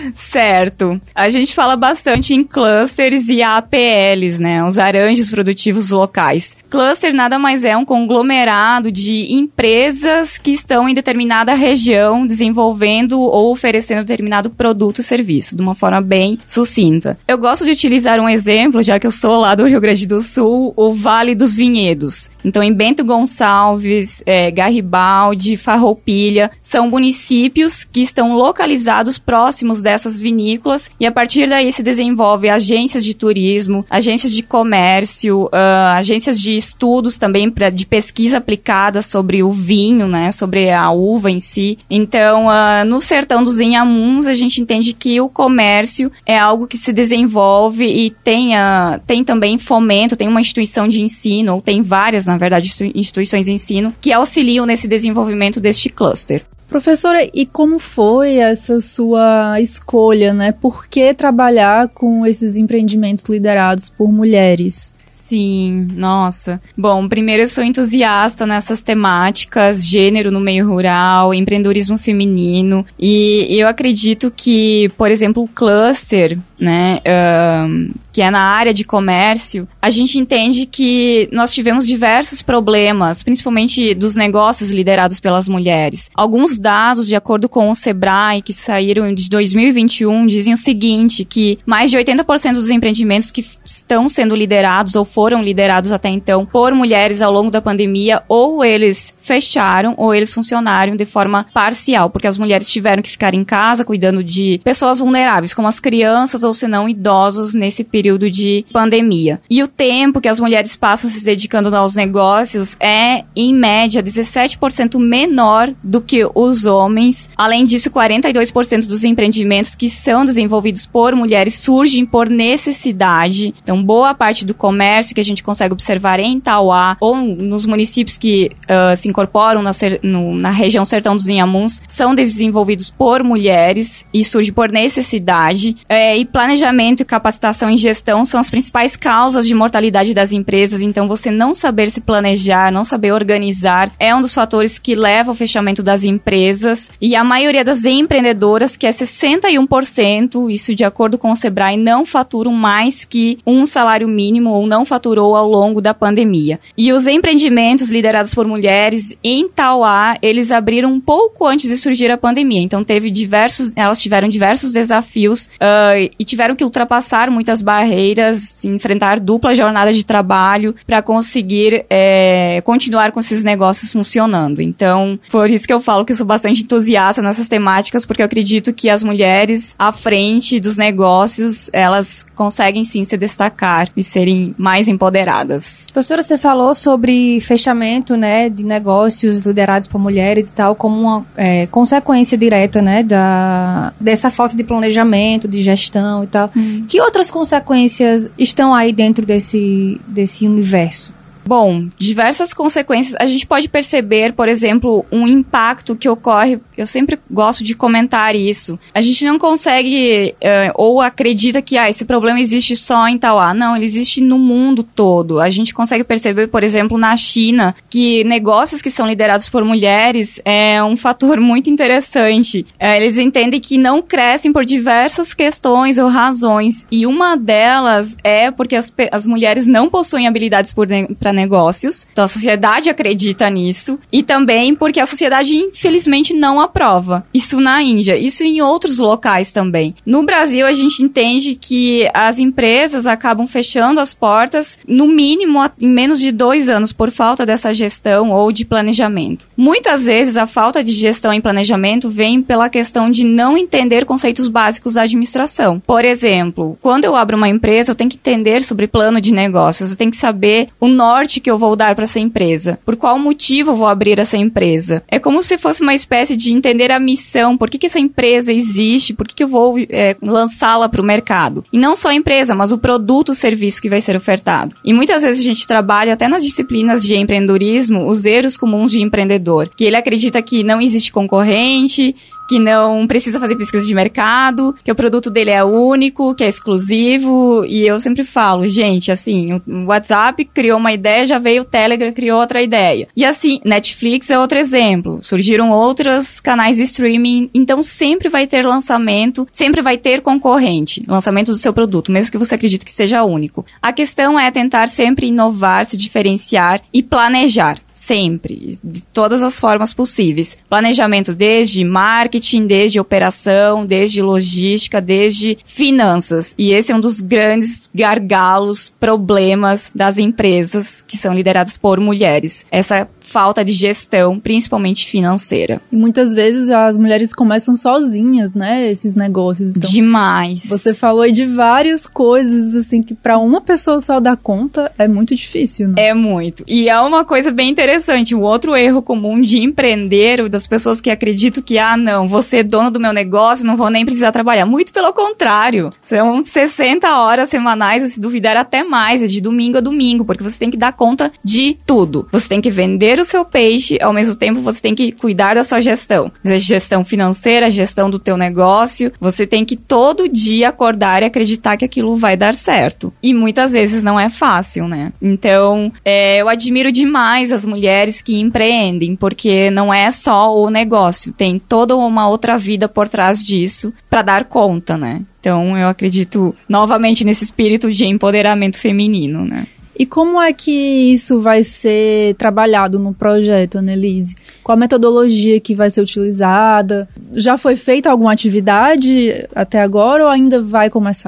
Certo. A gente fala bastante em clusters e A P Ls, né? Os aranjos produtivos locais. Cluster nada mais é um conglomerado de empresas que estão em determinada região desenvolvendo ou oferecendo determinado produto ou serviço, de uma forma bem sucinta. Eu gosto de utilizar um exemplo, já que eu sou lá do Rio Grande do Sul, o Vale dos Vinhedos. Então, em Bento Gonçalves, é, Garibaldi, Farroupilha, são municípios que estão localizados próximos dessas vinícolas e a partir daí se desenvolve agências de turismo, agências de comércio, uh, agências de estudos também pra, de pesquisa aplicada sobre o vinho, né, sobre a uva em si. Então, uh, no Sertão dos Inhamuns, a gente entende que o comércio é algo que se desenvolve e tem, uh, tem também fomento, tem uma instituição de ensino, ou tem várias, na verdade, instituições de ensino, que auxiliam nesse desenvolvimento deste cluster. Professora, e como foi essa sua escolha, né? Por que trabalhar com esses empreendimentos liderados por mulheres? Sim, nossa. Bom, primeiro eu sou entusiasta nessas temáticas, gênero no meio rural, empreendedorismo feminino, e eu acredito que, por exemplo, o cluster, né, um, que é na área de comércio, a gente entende que nós tivemos diversos problemas, principalmente dos negócios liderados pelas mulheres. Alguns dados, de acordo com o Sebrae, que saíram de dois mil e vinte e um, dizem o seguinte, que mais de oitenta por cento dos empreendimentos que estão sendo liderados ou foram liderados até então por mulheres ao longo da pandemia, ou eles fecharam ou eles funcionaram de forma parcial, porque as mulheres tiveram que ficar em casa cuidando de pessoas vulneráveis, como as crianças ou ou se não idosos nesse período de pandemia. E o tempo que as mulheres passam se dedicando aos negócios é, em média, dezessete por cento menor do que os homens. Além disso, quarenta e dois por cento dos empreendimentos que são desenvolvidos por mulheres surgem por necessidade. Então, boa parte do comércio que a gente consegue observar em Tauá ou nos municípios que uh, se incorporam na, ser, no, na região Sertão dos Inhamuns são desenvolvidos por mulheres e surge por necessidade. É, e planejamento e capacitação em gestão são as principais causas de mortalidade das empresas. Então, você não saber se planejar, não saber organizar é um dos fatores que leva ao fechamento das empresas. E a maioria das empreendedoras, que é sessenta e um por cento, isso de acordo com o Sebrae, não faturam mais que um salário mínimo ou não faturou ao longo da pandemia. E os empreendimentos liderados por mulheres em Tauá, eles abriram um pouco antes de surgir a pandemia. Então, teve diversos, elas tiveram diversos desafios uh, e tiveram que ultrapassar muitas barreiras, enfrentar dupla jornada de trabalho para conseguir é, continuar com esses negócios funcionando. Então, por isso que eu falo que eu sou bastante entusiasta nessas temáticas, porque eu acredito que as mulheres à frente dos negócios, elas conseguem sim se destacar e serem mais empoderadas. Professora, você falou sobre fechamento, né, de negócios liderados por mulheres e tal, como uma é, consequência direta, né, da, dessa falta de planejamento, de gestão e tal. Hum. Que outras consequências estão aí dentro desse, desse universo? Bom, diversas consequências. A gente pode perceber, por exemplo, um impacto que ocorre. Eu sempre gosto de comentar isso. A gente não consegue uh, ou acredita que ah, esse problema existe só em Tauá. Não, ele existe no mundo todo. A gente consegue perceber, por exemplo, na China, que negócios que são liderados por mulheres é um fator muito interessante. Uh, eles entendem que não crescem por diversas questões ou razões. E uma delas é porque as, as mulheres não possuem habilidades para negócios. Então a sociedade acredita nisso. E também porque a sociedade, infelizmente, não aprova. Isso na Índia. Isso em outros locais também. No Brasil, a gente entende que as empresas acabam fechando as portas, no mínimo, em menos de dois anos, por falta dessa gestão ou de planejamento. Muitas vezes, a falta de gestão e planejamento vem pela questão de não entender conceitos básicos da administração. Por exemplo, quando eu abro uma empresa, eu tenho que entender sobre plano de negócios. Eu tenho que saber o norte que eu vou dar para essa empresa. Por qual motivo eu vou abrir essa empresa? É como se fosse uma espécie de entender a missão. Por que, que essa empresa existe? Por que, que eu vou é, lançá-la para o mercado? E não só a empresa, mas o produto, o serviço que vai ser ofertado. E muitas vezes a gente trabalha até nas disciplinas de empreendedorismo os erros comuns de empreendedor. Que ele acredita que não existe concorrente, que não precisa fazer pesquisa de mercado, que o produto dele é único, que é exclusivo. E eu sempre falo, gente, assim, o WhatsApp criou uma ideia, já veio o Telegram, criou outra ideia. E assim, Netflix é outro exemplo. Surgiram outros canais de streaming, então sempre vai ter lançamento, sempre vai ter concorrente, lançamento do seu produto, mesmo que você acredite que seja único. A questão é tentar sempre inovar, se diferenciar e planejar. Sempre, de todas as formas possíveis. Planejamento desde marketing, desde operação, desde logística, desde finanças. E esse é um dos grandes gargalos, problemas das empresas que são lideradas por mulheres. Essa falta de gestão, principalmente financeira. E muitas vezes as mulheres começam sozinhas, né, esses negócios. Então, demais. Você falou aí de várias coisas, assim, que pra uma pessoa só dar conta é muito difícil, né? É muito. E é uma coisa bem interessante. O outro erro comum de empreender, das pessoas que acreditam que, ah, não, vou ser dono do meu negócio, não vou nem precisar trabalhar. Muito pelo contrário. São sessenta horas semanais, se duvidar até mais, é de domingo a domingo, porque você tem que dar conta de tudo. Você tem que vender o seu peixe, ao mesmo tempo você tem que cuidar da sua gestão. Gestão financeira, gestão do teu negócio. Você tem que todo dia acordar e acreditar que aquilo vai dar certo. E muitas vezes não é fácil, né? Então, é, eu admiro demais as mulheres que empreendem, porque não é só o negócio, tem toda uma outra vida por trás disso para dar conta, né? Então, eu acredito novamente nesse espírito de empoderamento feminino, né? E como é que isso vai ser trabalhado no projeto, Annelise? Qual a metodologia que vai ser utilizada? Já foi feita alguma atividade até agora ou ainda vai começar?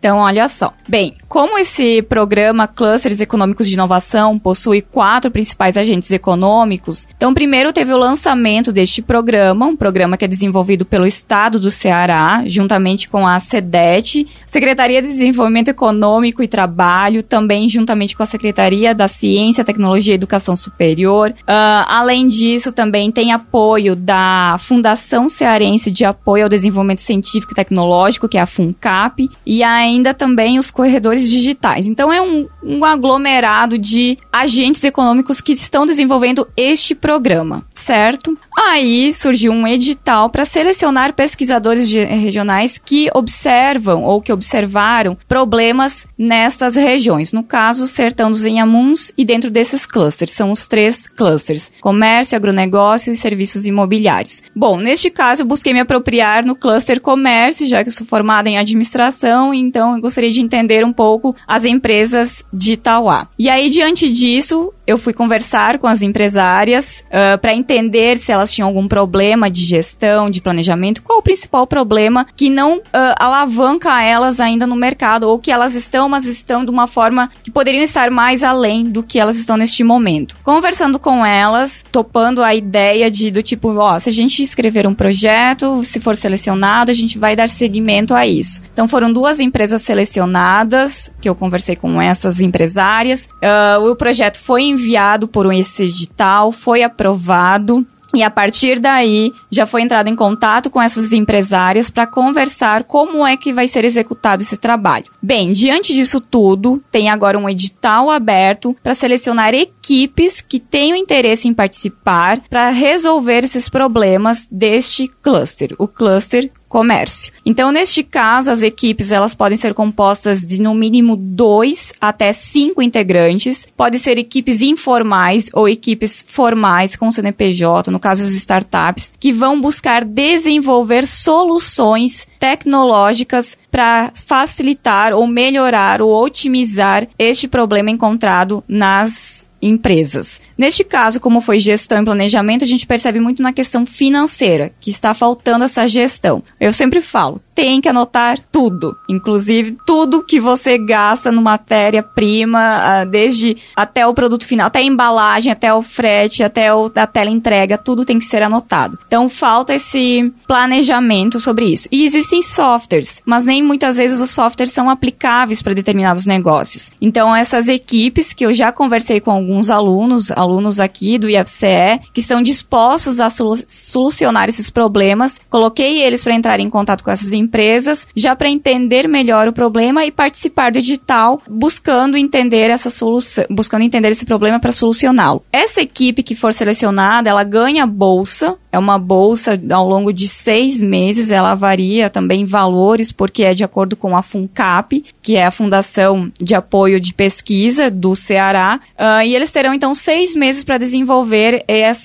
Então, olha só. Bem, como esse programa Clusters Econômicos de Inovação possui quatro principais agentes econômicos, então primeiro teve o lançamento deste programa, um programa que é desenvolvido pelo Estado do Ceará, juntamente com a SEDET, Secretaria de Desenvolvimento Econômico e Trabalho, também juntamente com a Secretaria da Ciência, Tecnologia e Educação Superior. Uh, além disso, também tem apoio da Fundação Cearense de Apoio ao Desenvolvimento Científico e Tecnológico, que é a FUNCAP, e ainda também os corredores digitais. Então é um, um aglomerado de agentes econômicos que estão desenvolvendo este programa, certo? Aí surgiu um edital para selecionar pesquisadores de, regionais que observam ou que observaram problemas nestas regiões. No caso, Sertão dos Inhamuns e dentro desses clusters. São os três clusters: comércio, agronegócio e serviços imobiliários. Bom, neste caso eu busquei me apropriar no cluster comércio, já que eu sou formada em administração, então eu gostaria de entender um pouco as empresas de Itauá. E aí, diante disso, eu fui conversar com as empresárias uh, para entender se elas tinham algum problema de gestão, de planejamento, qual o principal problema que não uh, alavanca elas ainda no mercado, ou que elas estão, mas estão de uma forma que poderiam estar mais além do que elas estão neste momento. Conversando com elas, topando a ideia de, do tipo, ó, se a gente escrever um projeto, se for selecionado, a gente vai dar seguimento a isso. Então foram duas empresas selecionadas, que eu conversei com essas empresárias. Uh, o projeto foi enviado por um esse edital, foi aprovado. E a partir daí, já foi entrado em contato com essas empresárias para conversar como é que vai ser executado esse trabalho. Bem, diante disso tudo, tem agora um edital aberto para selecionar equipes que tenham interesse em participar para resolver esses problemas deste cluster, o cluster comércio. Então, neste caso, as equipes elas podem ser compostas de no mínimo dois até cinco integrantes. Podem ser equipes informais ou equipes formais com C N P J, no caso as startups, que vão buscar desenvolver soluções tecnológicas para facilitar ou melhorar ou otimizar este problema encontrado nas empresas. Neste caso, como foi gestão e planejamento, a gente percebe muito na questão financeira, que está faltando essa gestão. Eu sempre falo, tem que anotar tudo, inclusive tudo que você gasta no matéria-prima, desde até o produto final, até a embalagem, até o frete, até o, a teleentrega, tudo tem que ser anotado. Então, falta esse planejamento sobre isso. E existem softwares, mas nem muitas vezes os softwares são aplicáveis para determinados negócios. Então, essas equipes que eu já conversei com alguns alunos, alunos aqui do I F C E, que são dispostos a solu- solucionar esses problemas, coloquei eles para entrar em contato com essas empresas, já para entender melhor o problema e participar do edital, buscando entender essa solução, buscando entender esse problema para solucioná-lo. Essa equipe que for selecionada, ela ganha bolsa, é uma bolsa ao longo de seis meses, ela varia também valores, porque é de acordo com a FUNCAP, que é a Fundação de Apoio de Pesquisa do Ceará, uh, e eles terão então seis meses para desenvolver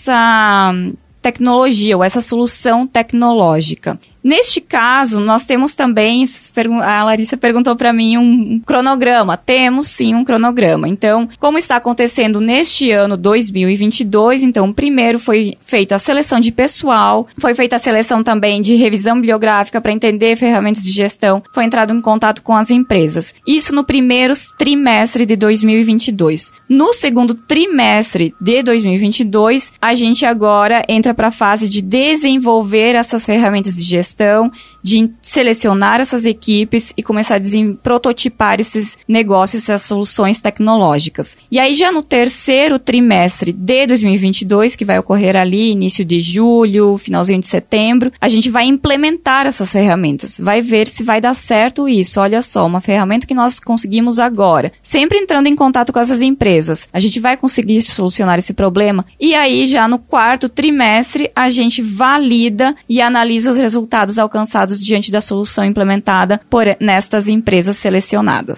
essa tecnologia ou essa solução tecnológica. Neste caso, nós temos também, a Larissa perguntou para mim, um cronograma. Temos sim um cronograma. Então, como está acontecendo neste ano dois mil e vinte e dois, então, primeiro foi feita a seleção de pessoal, foi feita a seleção também de revisão bibliográfica para entender ferramentas de gestão, foi entrado em contato com as empresas. Isso no primeiro trimestre de dois mil e vinte e dois. No segundo trimestre de dois mil e vinte e dois, a gente agora entra para a fase de desenvolver essas ferramentas de gestão, de selecionar essas equipes e começar a desen- prototipar esses negócios, essas soluções tecnológicas. E aí já no terceiro trimestre de dois mil e vinte e dois, que vai ocorrer ali início de julho, finalzinho de setembro, a gente vai implementar essas ferramentas, vai ver se vai dar certo isso. Olha só, uma ferramenta que nós conseguimos agora, sempre entrando em contato com essas empresas, a gente vai conseguir solucionar esse problema, e aí já no quarto trimestre a gente valida e analisa os resultados alcançados diante da solução implementada por nestas empresas selecionadas.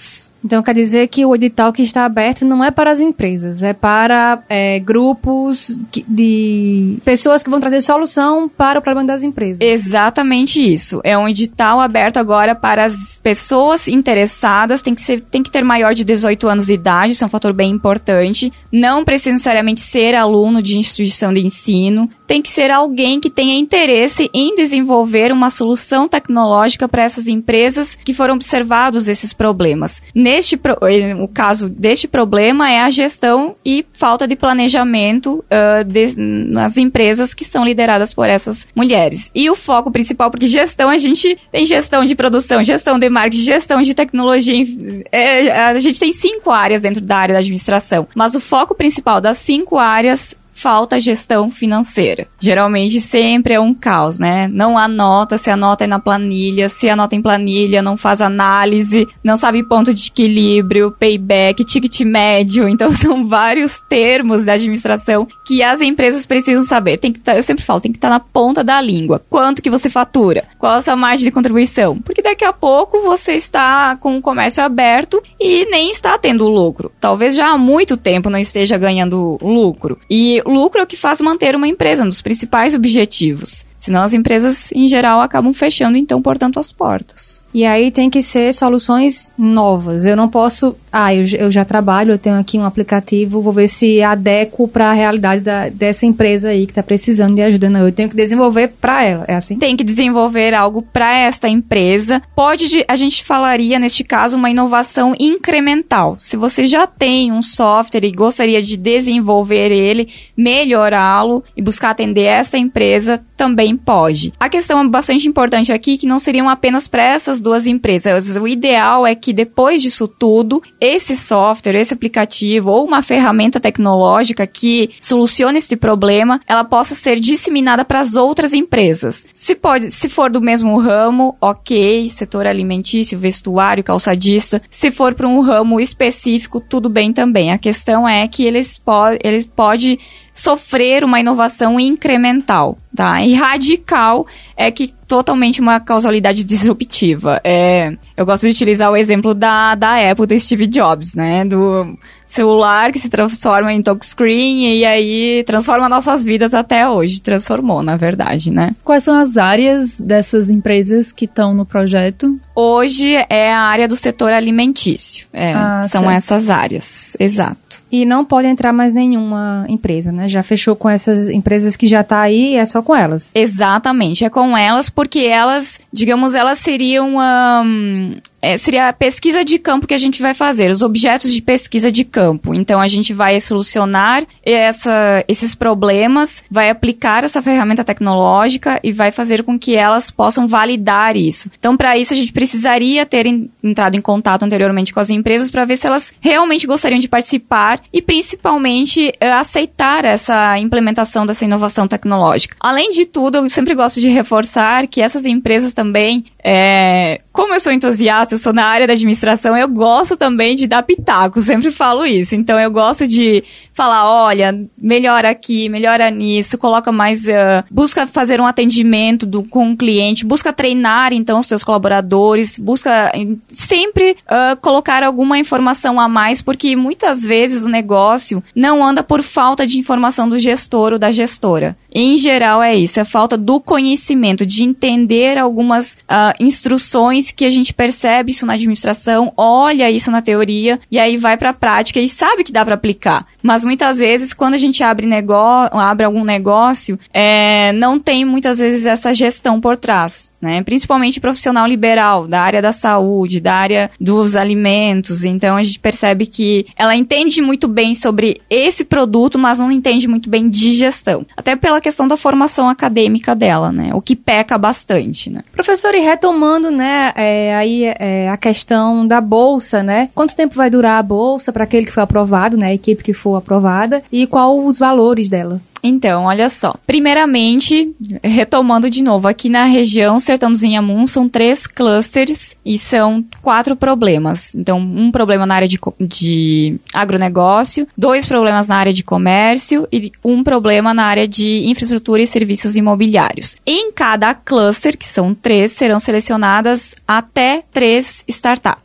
Então quer dizer que o edital que está aberto não é para as empresas, é para é, grupos que- de pessoas que vão trazer solução para o problema das empresas. Exatamente isso. É um edital aberto agora para as pessoas interessadas, tem que, ser, tem que ter maior de dezoito anos de idade, isso é um fator bem importante. Não precisa necessariamente ser aluno de instituição de ensino, tem que ser alguém que tenha interesse em desenvolver uma solução tecnológica para essas empresas que foram observados esses problemas. Neste pro, eh, o caso deste problema é a gestão e falta de planejamento ah, de- nas empresas que são lideradas por essas mulheres. E o foco principal, porque gestão, a gente tem gestão de produção, gestão de marketing, gestão de tecnologia, enfim, é, a gente tem cinco áreas dentro da área da administração, mas o foco principal das cinco áreas falta gestão financeira. Geralmente sempre é um caos, né? Não anota, se anota é na planilha, se anota em planilha, não faz análise, não sabe ponto de equilíbrio, payback, ticket médio. Então são vários termos da administração que as empresas precisam saber. Tem que tá, eu sempre falo, tem que estar na ponta da língua. Quanto que você fatura? Qual a sua margem de contribuição? Porque daqui a pouco você está com o comércio aberto e nem está tendo lucro. Talvez já há muito tempo não esteja ganhando lucro. E lucro é o que faz manter uma empresa, um dos principais objetivos. Senão as empresas, em geral, acabam fechando, então, portanto, as portas. E aí tem que ser soluções novas. Eu não posso... Ah, eu, eu já trabalho, eu tenho aqui um aplicativo, vou ver se adequo para a realidade da, dessa empresa aí que está precisando de ajuda. Não, eu tenho que desenvolver para ela, é assim? Tem que desenvolver algo para esta empresa. Pode, a gente falaria, neste caso, uma inovação incremental. Se você já tem um software e gostaria de desenvolver ele, melhorá-lo e buscar atender essa empresa, também pode. A questão bastante importante aqui que não seriam apenas para essas duas empresas. O ideal é que depois disso tudo, esse software, esse aplicativo ou uma ferramenta tecnológica que solucione esse problema, ela possa ser disseminada para as outras empresas. Se pode, se for do mesmo ramo, ok, setor alimentício, vestuário, calçadista. Se for para um ramo específico, tudo bem também. A questão é que eles, po- eles podem sofrer uma inovação incremental, tá? E radical é que totalmente uma causalidade disruptiva. É, eu gosto de utilizar o exemplo da, da Apple, do Steve Jobs, né? Do celular que se transforma em touchscreen e aí transforma nossas vidas até hoje. Transformou, na verdade, né? Quais são as áreas dessas empresas que estão no projeto? Hoje é a área do setor alimentício. É, Ah, são certo. essas áreas, exato. E não pode entrar mais nenhuma empresa, né? Já fechou com essas empresas que já tá aí, é só com elas. Exatamente, é com elas porque elas, digamos, elas seriam hum, é, seria a pesquisa de campo que a gente vai fazer, os objetos de pesquisa de campo. Então a gente vai solucionar essa, esses problemas, vai aplicar essa ferramenta tecnológica e vai fazer com que elas possam validar isso. Então para isso a gente precisaria ter en- entrado em contato anteriormente com as empresas para ver se elas realmente gostariam de participar e principalmente eh, aceitar essa implementação dessa inovação tecnológica. Além de tudo, eu sempre gosto de reforçar que essas empresas também, é, como eu sou entusiasta, eu sou na área da administração, eu gosto também de dar pitaco, sempre falo isso. Então eu gosto de falar, olha, melhora aqui, melhora nisso, coloca mais, uh, busca fazer um atendimento do, com o cliente, busca treinar então os teus colaboradores, busca em- sempre uh, colocar alguma informação a mais, porque muitas vezes o negócio não anda por falta de informação do gestor ou da gestora. Em geral é isso, é falta do conhecimento, de entender algumas uh, instruções que a gente percebe isso na administração, olha isso na teoria e aí vai para a prática e sabe que dá para aplicar. Mas muitas vezes, quando a gente abre, negócio, abre algum negócio, é, não tem muitas vezes essa gestão por trás, né? Principalmente profissional liberal, da área da saúde, da área dos alimentos. Então a gente percebe que ela entende muito bem sobre esse produto, mas não entende muito bem de gestão. Até pela questão da formação acadêmica dela, né? O que peca bastante, né? Professor, e retomando, né, é, aí é, a questão da bolsa, né? Quanto tempo vai durar a bolsa para aquele que foi aprovado, né? A equipe que for aprovada e qual os valores dela? Então, olha só. Primeiramente, retomando de novo, aqui na região Sertão dos Inhamuns são três clusters e são quatro problemas. Então, um problema na área de, co- de agronegócio, dois problemas na área de comércio e um problema na área de infraestrutura e serviços imobiliários. Em cada cluster, que são três, serão selecionadas até três startups.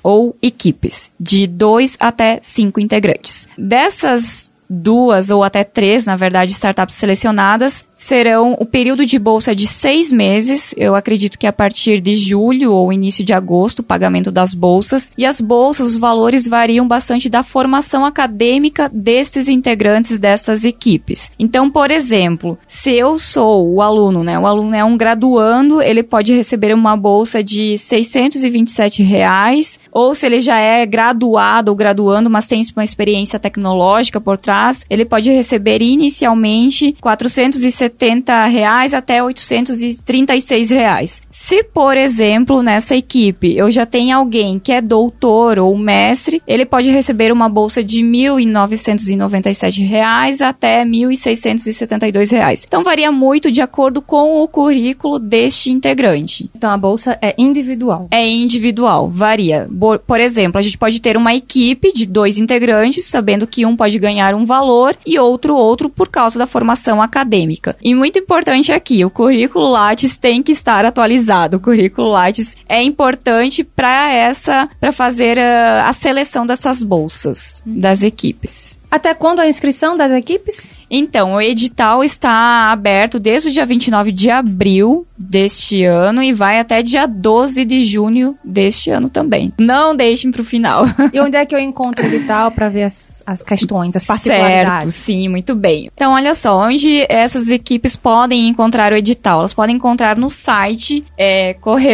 ou equipes, de dois até cinco integrantes. Dessas duas ou até três, na verdade, startups selecionadas, serão o período de bolsa de seis meses, eu acredito que a partir de julho ou início de agosto, o pagamento das bolsas, e as bolsas, os valores variam bastante da formação acadêmica destes integrantes dessas equipes. Então, por exemplo, se eu sou o aluno, né, o aluno é um graduando, ele pode receber uma bolsa de seiscentos e vinte e sete reais, ou se ele já é graduado ou graduando, mas tem uma experiência tecnológica por trás, ele pode receber inicialmente quatrocentos e setenta reais até oitocentos e trinta e seis reais. Se, por exemplo, nessa equipe eu já tenho alguém que é doutor ou mestre, ele pode receber uma bolsa de mil novecentos e noventa e sete reais até mil seiscentos e setenta e dois reais. Então varia muito de acordo com o currículo deste integrante. Então a bolsa é individual? É individual, varia. Por, por exemplo, a gente pode ter uma equipe de dois integrantes, sabendo que um pode ganhar um valor e outro outro por causa da formação acadêmica. E muito importante aqui, o currículo Lattes tem que estar atualizado. O currículo Lattes é importante para essa, para fazer a, a seleção dessas bolsas das equipes. Até quando a inscrição das equipes? Então, o edital está aberto desde o dia vinte e nove de abril deste ano e vai até dia doze de junho deste ano também. Não deixem para o final. E onde é que eu encontro o edital para ver as, as questões, as particularidades? Certo, sim, muito bem. Então, olha só, onde essas equipes podem encontrar o edital? Elas podem encontrar no site é,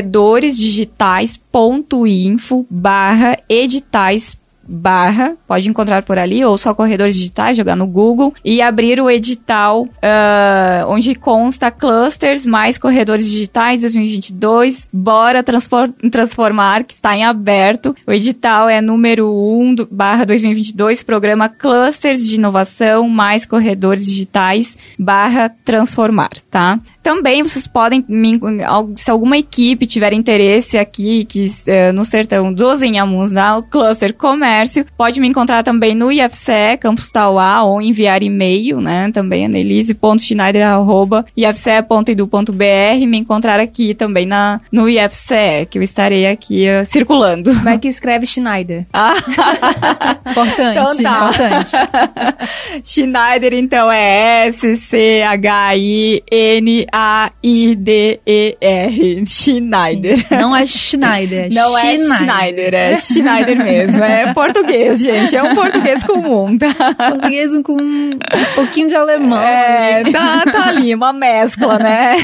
corredoresdigitais.info barra editais barra, pode encontrar por ali, ou só Corredores Digitais, jogar no Google e abrir o edital uh, onde consta clusters mais Corredores Digitais dois mil e vinte e dois, bora transformar, que está em aberto. O edital é número um barra dois mil e vinte e dois, programa Clusters de Inovação mais Corredores Digitais barra transformar, tá? Também vocês podem, se alguma equipe tiver interesse aqui que, uh, no sertão dos Inhamuns, no Cluster Comércio, pode me encontrar também no I F C E, Campus Tauá, ou enviar e-mail, né, também anelise ponto schneider arroba i f c e ponto edu ponto b r, me encontrar aqui também na, no I F C E, que eu estarei aqui uh, circulando. Como é que escreve Schneider? Ah. Importante, então, tá. importante. Schneider, então, é S C H I N A I D E R. Schneider. Não é Schneider, é Não Schneider. é Schneider, é Schneider mesmo. É português, gente. É um português comum, tá? Português com um pouquinho de alemão. É, tá, tá ali, uma mescla, né?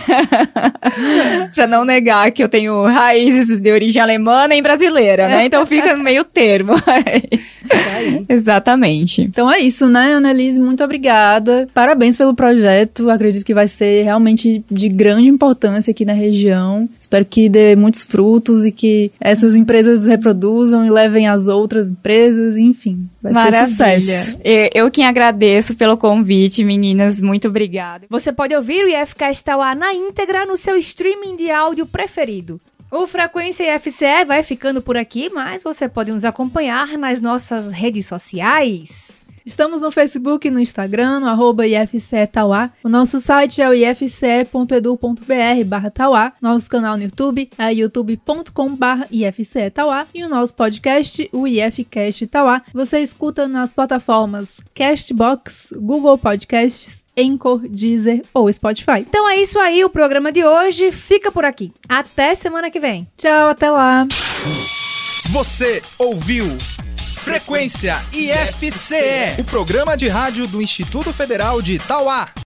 Pra não negar que eu tenho raízes de origem alemã nem brasileira, né? Então fica no meio termo. Exatamente. Então é isso, né, Annelise? Muito obrigada. Parabéns pelo projeto. Acredito que vai ser realmente de grande importância aqui na região. Espero que dê muitos frutos e que essas empresas reproduzam e levem as outras empresas, enfim. Vai Maravilha. ser sucesso. Eu, eu quem agradeço pelo convite, meninas. Muito obrigada. Você pode ouvir o IFCast Tauá na íntegra no seu streaming de áudio preferido. O Frequência I F C E vai ficando por aqui, mas você pode nos acompanhar nas nossas redes sociais. Estamos no Facebook e no Instagram, no arroba I F C E Tauá. O nosso site é o i f c e ponto edu ponto b r barra Tauá. Nosso canal no YouTube é youtube ponto com barra I F C E Tauá. E o nosso podcast, o IFCast Tauá, você escuta nas plataformas Castbox, Google Podcasts, Anchor, Deezer ou Spotify. Então é isso aí, o programa de hoje fica por aqui. Até semana que vem. Tchau, até lá. Você ouviu Frequência I F C E, o programa de rádio do Instituto Federal de Tauá.